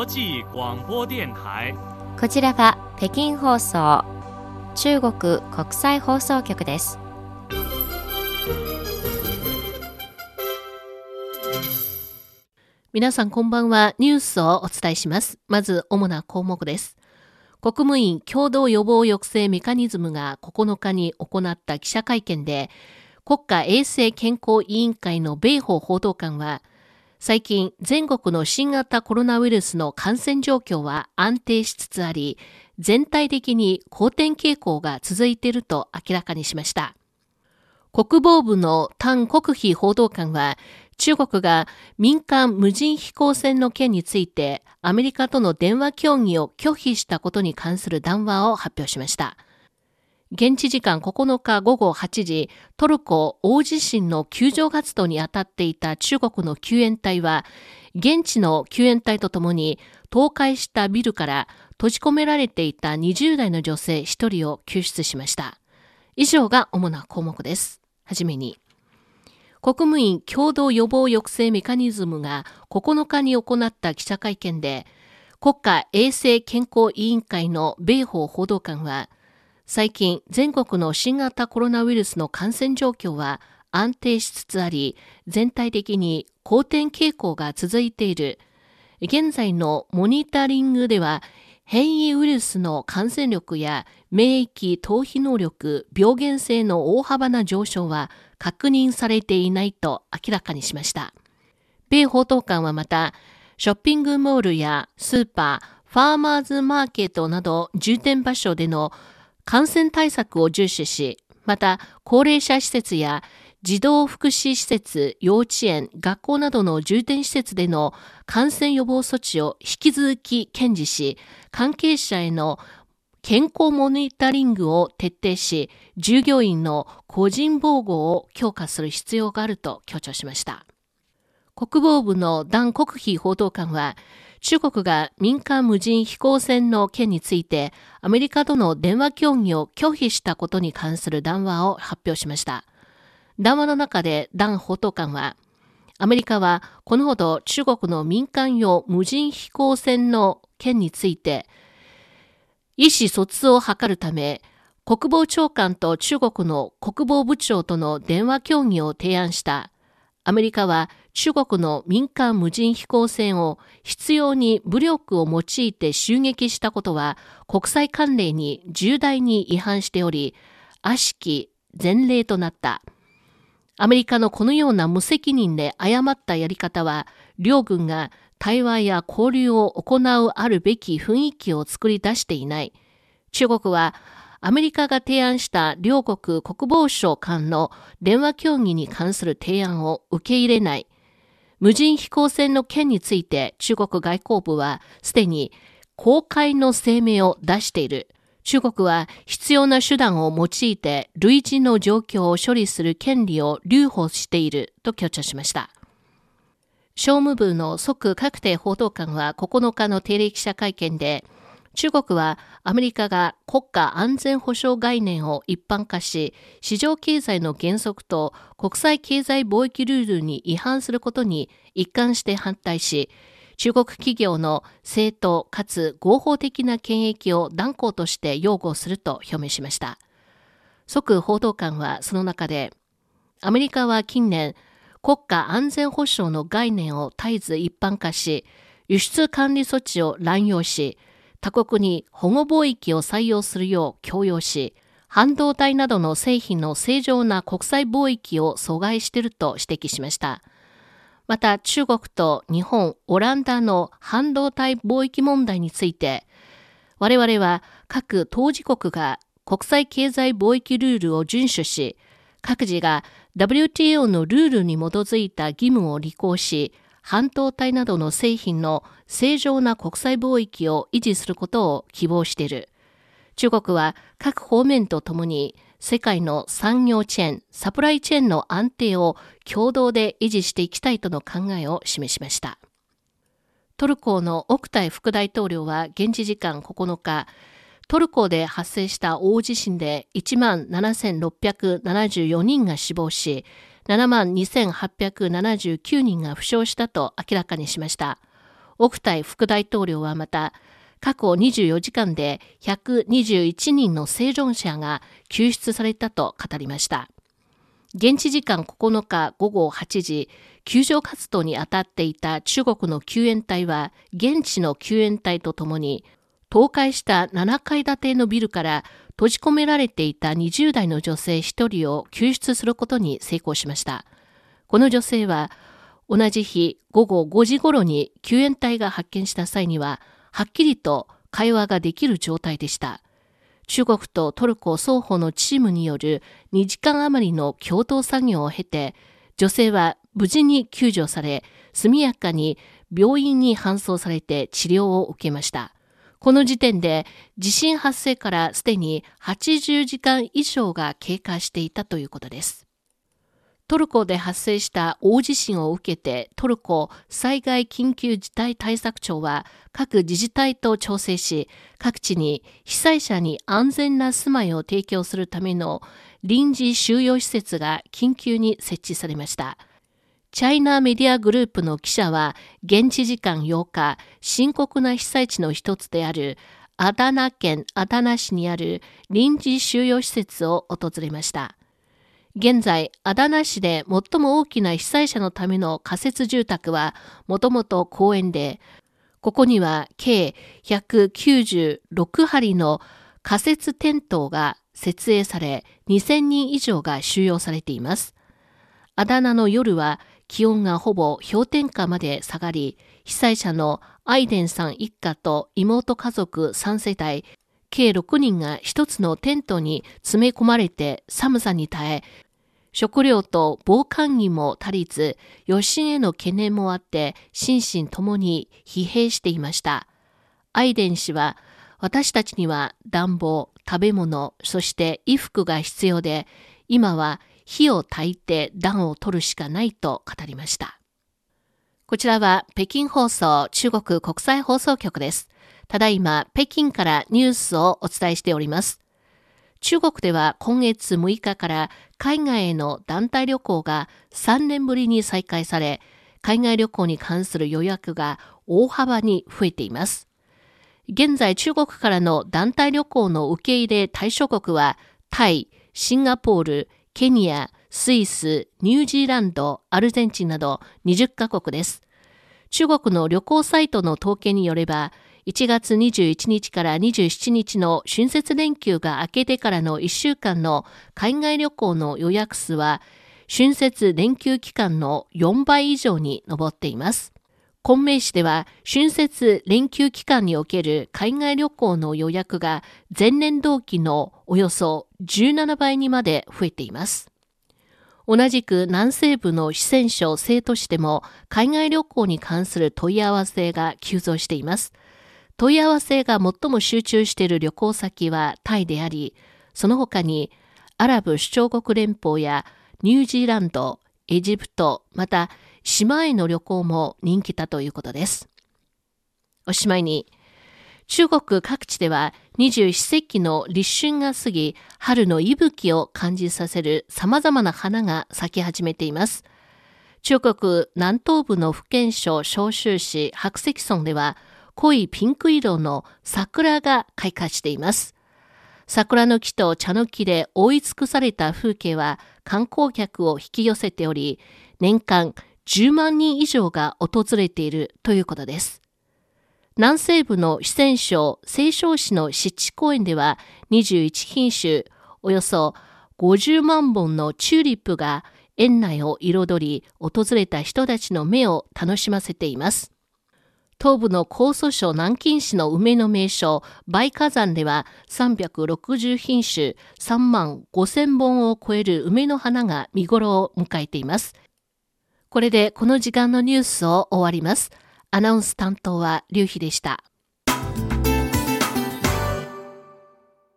際广播電台。 こちらは北京放送、中国国際放送局です。 皆さんこんばんは。ニュースをお伝えします。まず主な項目です。国務院共同予防抑制メカニズムが9日に行った記者会見で、国家衛生健康委員会の米宝報道官は、最近全国の新型コロナウイルスの感染状況は安定しつつあり、全体的に好転傾向が続いていると明らかにしました。国防部の譚国費報道官は、中国が民間無人飛行船の件についてアメリカとの電話協議を拒否したことに関する談話を発表しました。現地時間9日午後8時、トルコ大地震の救助活動に当たっていた中国の救援隊は、現地の救援隊とともに倒壊したビルから閉じ込められていた20代の女性1人を救出しました。以上が主な項目です。はじめに、国務院共同予防抑制メカニズムが9日に行った記者会見で、国家衛生健康委員会の米宝報道官は、最近全国の新型コロナウイルスの感染状況は安定しつつあり、全体的に好転傾向が続いている。現在のモニタリングでは、変異ウイルスの感染力や免疫逃避能力、病原性の大幅な上昇は確認されていないと明らかにしました。米報道官はまた、ショッピングモールやスーパー、ファーマーズマーケットなど重点場所での感染対策を重視し、また高齢者施設や児童福祉施設、幼稚園、学校などの重点施設での感染予防措置を引き続き堅持し、関係者への健康モニタリングを徹底し、従業員の個人防護を強化する必要があると強調しました。国防部の譚国費報道官は、中国が民間無人飛行船の件について、アメリカとの電話協議を拒否したことに関する談話を発表しました。談話の中で譚報道官は、アメリカはこのほど中国の民間用無人飛行船の件について、意思疎通を図るため、国防長官と中国の国防部長との電話協議を提案した。アメリカは中国の民間無人飛行船を執拗に武力を用いて襲撃したことは国際慣例に重大に違反しており、悪しき前例となった。アメリカのこのような無責任で誤ったやり方は、両軍が対話や交流を行うあるべき雰囲気を作り出していない。中国はアメリカが提案した両国国防省間の電話協議に関する提案を受け入れない。無人飛行船の件について中国外交部はすでに公開の声明を出している。中国は必要な手段を用いて類似の状況を処理する権利を留保していると強調しました。商務部の蘇克定報道官は9日の定例記者会見で、中国はアメリカが国家安全保障概念を一般化し、市場経済の原則と国際経済貿易ルールに違反することに一貫して反対し、中国企業の正当かつ合法的な権益を断固として擁護すると表明しました。蘇報道官はその中で、アメリカは近年、国家安全保障の概念を絶えず一般化し、輸出管理措置を乱用し、他国に保護貿易を採用するよう強要し、半導体などの製品の正常な国際貿易を阻害していると指摘しました。また中国と日本、オランダの半導体貿易問題について、我々は各当事国が国際経済貿易ルールを遵守し、各自が WTO のルールに基づいた義務を履行し、半導体などの製品の正常な国際貿易を維持することを希望している。中国は各方面とともに世界の産業チェーン、サプライチェーンの安定を共同で維持していきたいとの考えを示しました。トルコのオクタイ副大統領は現地時間9日、トルコで発生した大地震で17,674人が死亡し、72,879人が負傷したと明らかにしました。 奥田副大統領はまた、過去24時間で121人の生存者が救出されたと語りました。現地時間9日午後8時、救助活動に当たっていた中国の救援隊は、現地の救援隊とともに、倒壊した7階建てのビルから閉じ込められていた20代の女性1人を救出することに成功しました。この女性は、同じ日午後5時頃に救援隊が発見した際には、はっきりと会話ができる状態でした。中国とトルコ双方のチームによる2時間余りの共同作業を経て、女性は無事に救助され、速やかに病院に搬送されて治療を受けました。この時点で地震発生からすでに80時間以上が経過していたということです。トルコで発生した大地震を受けて、トルコ災害緊急事態対策庁は各自治体と調整し、各地に被災者に安全な住まいを提供するための臨時収容施設が緊急に設置されました。チャイナメディアグループの記者は、現地時間8日、深刻な被災地の一つであるアダナ県アダナ市にある臨時収容施設を訪れました。現在、アダナ市で最も大きな被災者のための仮設住宅はもともと公園で、ここには計196張の仮設テントが設営され、2000人以上が収容されています。アダナの夜は気温がほぼ氷点下まで下がり、被災者のアイデンさん一家と妹家族3世帯、計6人が一つのテントに詰め込まれて寒さに耐え、食料と防寒着も足りず、余震への懸念もあって心身ともに疲弊していました。アイデン氏は、私たちには暖房、食べ物、そして衣服が必要で、今は火を焚いて暖を取るしかないと語りました。こちらは北京放送中国国際放送局です。ただいま北京からニュースをお伝えしております。中国では今月6日から海外への団体旅行が3年ぶりに再開され、海外旅行に関する予約が大幅に増えています。現在中国からの団体旅行の受け入れ対象国はタイ、シンガポール、ケニア、スイス、ニュージーランド、アルゼンチンなど20カ国です。中国の旅行サイトの統計によれば、1月21日から27日の春節連休が明けてからの1週間の海外旅行の予約数は、春節連休期間の4倍以上に上っています。昆明市では春節連休期間における海外旅行の予約が前年同期のおよそ17倍にまで増えています。同じく南西部の四川省成都市でも海外旅行に関する問い合わせが急増しています。問い合わせが最も集中している旅行先はタイであり、その他にアラブ首長国連邦やニュージーランド、エジプト、また島への旅行も人気だということです。おしまいに、中国各地では二十四節気の立春が過ぎ、春の息吹を感じさせる様々な花が咲き始めています。中国南東部の福建省紹州市白石村では、濃いピンク色の桜が開花しています。桜の木と茶の木で覆い尽くされた風景は観光客を引き寄せており、年間10万人以上が訪れているということです。南西部の四川省西昌市の湿地公園では21品種、およそ50万本のチューリップが園内を彩り、訪れた人たちの目を楽しませています。東部の江蘇省南京市の梅の名所、梅花山では360品種、3万5000本を超える梅の花が見頃を迎えています。これでこの時間のニュースを終わります。アナウンス担当は劉飛でした。